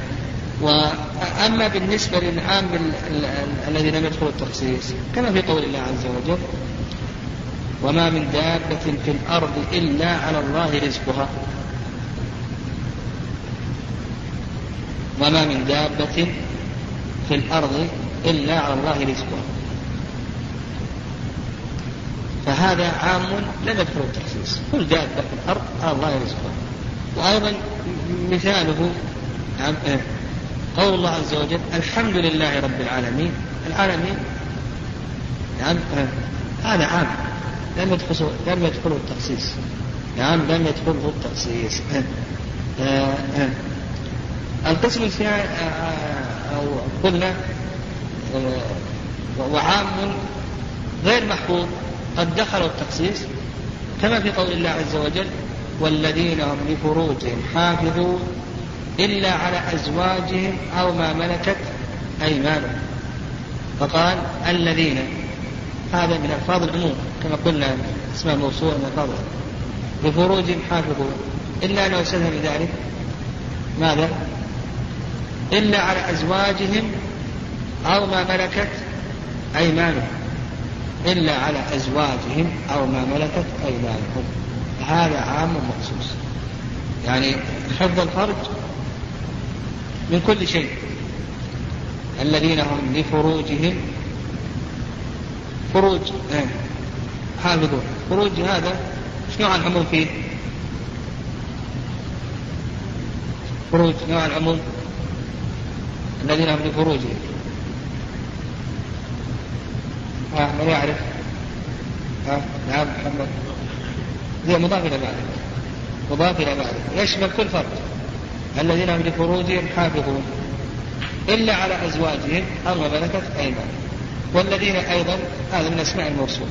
وأما بالنسبة للعام الذي لم يدخل التخصيص كما في قول الله عز وجل وما من دابة في الأرض إلا على الله رزقها، وما من دابة في الأرض إلا على الله رزقها، فهذا عام لم يدخل التخصيص، كل دابة في الأرض على الله رزقها. وأيضا مثاله قول الله عز وجل الحمد لله رب العالمين. العالمين نعم هذا عام لم يدخله لم يدخله التخصيص، نعم لم يدخله التخصيص. القسم الثاني أو قلنا وعام غير محفوظ قد دخلوا التخصيص كما في قول الله عز وجل والذين هم لفروجهم حافظون إلا على أزواجهم أو ما ملكت أيمانهم، فقال الذين، هذا من ألفاظ العموم كما قلنا اسمه موصول من ألفاظ لفروجهم حافظون، إلا أنه يستثنى من ذلك ماذا؟ إلا على أزواجهم أو ما ملكت أيمانهم، إلا على أزواجهم أو ما ملكت أيمانهم. هذا عام مخصوص، يعني حفظ الفرج من كل شيء. الذين هم لفروجهم فروج حافظون، فروج هذا شنو عن العموم فيه؟ فروج نوع العموم الذين هم لفروجهم. ها من يعرف؟ ها نعم محمد. زي مضاف إلى بعض، مضاف إلى بعض يشمل كل فرد. الذين هم لفروجهم حافظون إلا على أزواجهم أو ما ملكت أيمانهم. والذين أيضا هذا من أسماء الموصول،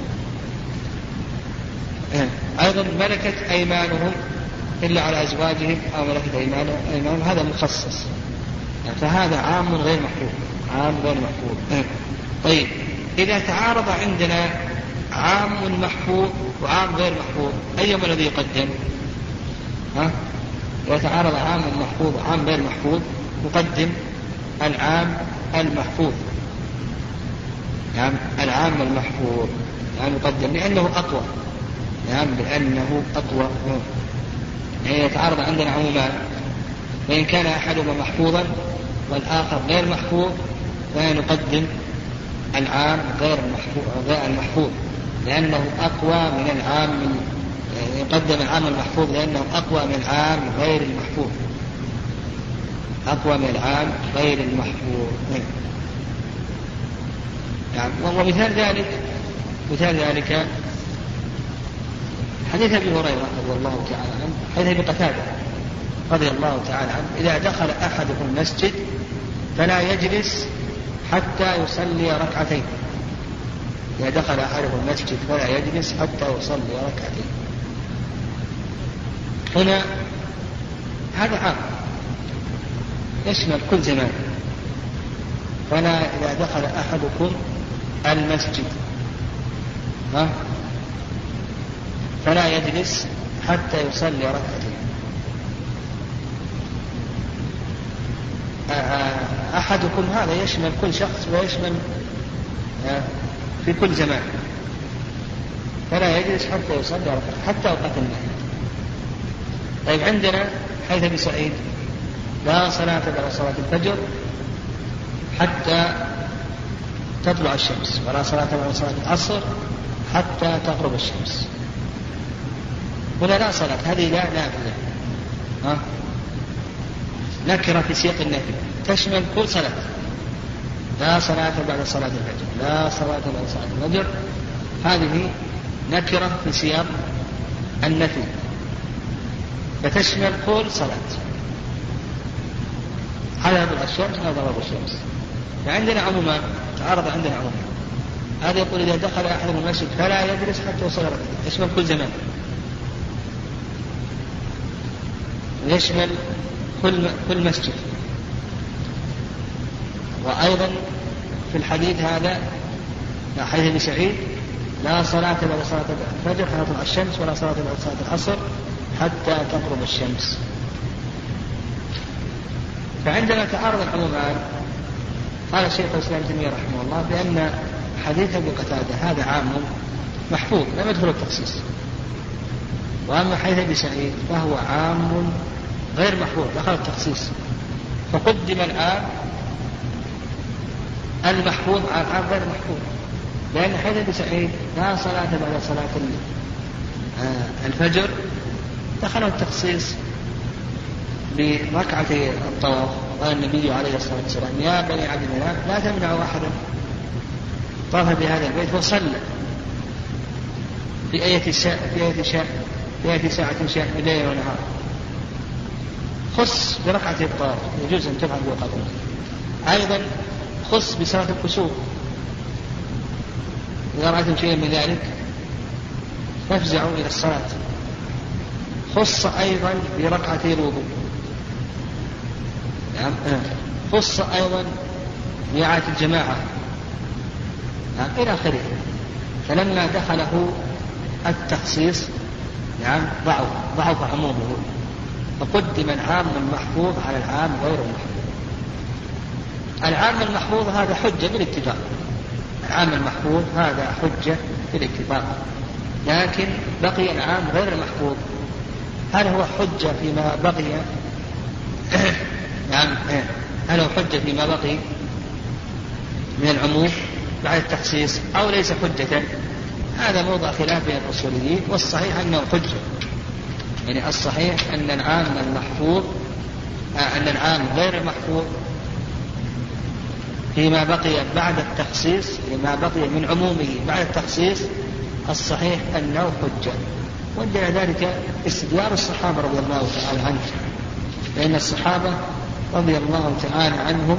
أيضا ملكت أيمانهم إلا على أزواجهم أو ملكت أيمانهم، هذا مخصص. فهذا عام غير محفوظ، عام غير محفوظ. طيب إذا تعارض عندنا عام محفوظ وعام غير محفوظ أيما الذي يقدم؟ ها؟ إذا تعارض عام محفوظ وعام غير محفوظ نقدم العام المحفوظ، نعم العام المحفوظ يعني نقدم لأنه أقوى، نعم لأنه أقوى. يعني يتعارض عندنا عمومان، وإن كان أحدهما محفوظا والآخر غير محفوظ فنقدم العام غير المحفوظ لأنه أقوى من العام، يقدم العام المحفوظ لأنه أقوى من العام غير المحفوظ، أقوى من العام غير المحفوظ. يعني ومثال ذلك مثال ذلك حديث أبي هريرة رضي الله تعالى عنه، حديث أبي قتادة رضي الله تعالى عنه إذا دخل أحدكم المسجد فلا يجلس حتى يصلي ركعتين. إذا دخل أحدكم المسجد فلا يجلس حتى يصلي ركعتين. هنا هذا عام يشمل كل زمان. فلا إذا دخل أحدكم المسجد ها فلا يجلس حتى يصلي ركعتين. أحدكم هذا يشمل كل شخص ويشمل في كل زمان. فلا يجلس حتى يصلي ركعتين حتى أوقات النهي. طيب عندنا حيث أبي سعيد لا صلاة بعد صلاة الفجر حتى تطلع الشمس، ولا صلاة بعد صلاة العصر حتى تغرب الشمس. ولا لا صلاة، هذه لا نافلة، ها نكرة في سياق النفي تشمل كل صلاة. لا صلاة بعد صلاة الفجر، لا صلاة بعد صلاة الفجر، هذه نكرة في سياق النفي فتشمل كل صلاة. على هذا الشمس هذا غرب الشمس. فعندنا عموما تعارض عندنا عموما هذا يقول إذا دخل أحدهم المسجد فلا يجلس حتى يصلي ركعتين، يشمل كل زمان، يشمل كل كل مسجد. وأيضا في الحديث هذا حديث ابن سعيد لا صلاة بعد صلاة الفجر حتى تطلع الشمس ولا صلاة بعد صلاة العصر حتى تغرب الشمس. فعندما تعارض العمومان قال الشيخ الإسلام ابن تيمية رحمه الله بأن حديث أبي قتادة هذا عام محفوظ لم يدخل التخصيص، وأما حديث ابن سعيد فهو عام غير محفوظ دخل التخصيص، فقدم العام المحفوظ على العام غير محفوظ، لأن حديث ابن سعيد لا صلاة بعد صلاة الفجر دخل التخصيص بركعتي الطواف. قال النبي عليه الصلاة والسلام يا بني عبد مناف لا تمنعوا أحدا طاف بهذا البيت وصلى في أي شاء في أي شاء في أي ساعة شاء بليل ونهار، خص بركعتي الطواف يجوز أن تفعل بوقته. أيضا خص بصلاة الكسوف، إذا رأيتم شيئا من ذلك فافزعوا إلى الصلاة. خص أيضا بركعتي الوضوء، نعم. خص أيضا برعاية الجماعة، نعم، إلى آخره. فلما دخله التخصيص نعم ضعف ضعف عمومه، فقدم العام المحفوظ على العام غير المحفوظ. العام المحفوظ هذا حجة بالاتفاق، العام المحفوظ هذا حجة بالاتفاق، لكن بقي العام غير المحفوظ، هل هو حجة فيما بقي نعم هل هو حجة فيما بقي من العموم بعد التخصيص أو ليس حجة؟ هذا موضع خلاف بين الأصوليين، والصحيح أنه حجة. يعني الصحيح أن العام المحفوظ أن العام غير المحفوظ فيما بقي بعد التخصيص، فيما بقي من عمومه بعد التخصيص، الصحيح أنه حجة. وجه ذلك استدلال الصحابة رضي الله تعالى عنهم، لأن الصحابة رضي الله تعالى عنهم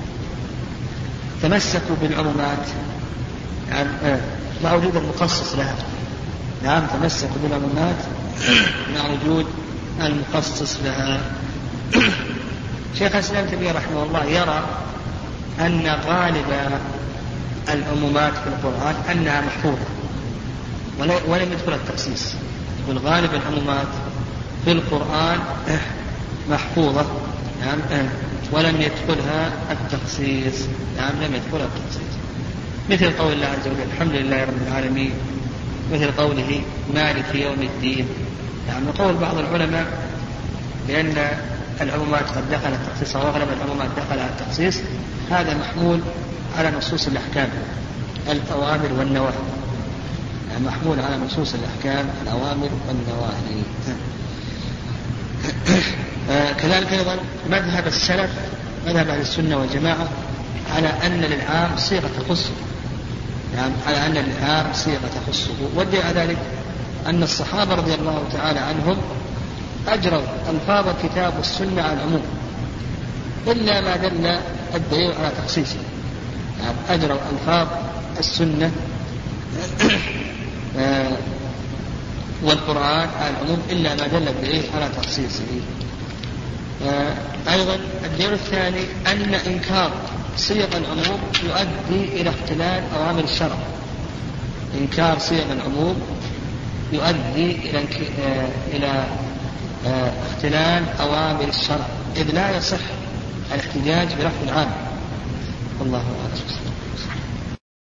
تمسكوا بالعمومات يعني مع وجود المخصص لها، نعم تمسكوا بالعمومات مع وجود المخصص لها. شيخ الإسلام تيمية رحمه الله يرى أن غالب العمومات في القرآن أنها محفوظة ولم يدخل التخصيص، والغالب العمومات في القرآن محفوظة نعم ولم يدخلها التخصيص، نعم لم يدخلها التخصيص، مثل قول الله عز وجل الحمد لله رب العالمين، مثل قوله مالك يوم الدين. يعني قول بعض العلماء بأن العمومات قد دخل التخصيص وأغلب العمومات دخلها التخصيص، هذا محمول على نصوص الأحكام الأوامر والنواهي، يعني محمول على نصوص الأحكام الأوامر والنواهي. آه كذلك أيضا مذهب السلف مذهب أهل السنة والجماعة على أن للعام صيغة تخصه، يعني على أن للعام صيغة تخصه، ودع ذلك أن الصحابة رضي الله تعالى عنهم أجروا ألفاظ الكتاب والسنة على العموم إلا ما دل الدليل على تخصيصه، يعني أجروا ألفاظ السنة والقرآن على العموم إلا ما دل الدليل على تخصيصه. أيضا الدليل الثاني أن إنكار صيغ العموم يؤدي إلى اختلال أوامر الشرع، إنكار صيغ العموم يؤدي إلى إلى اختلال أوامر الشرع، إذ لا يصح الاحتجاج بلفظ العام. الله أعلم.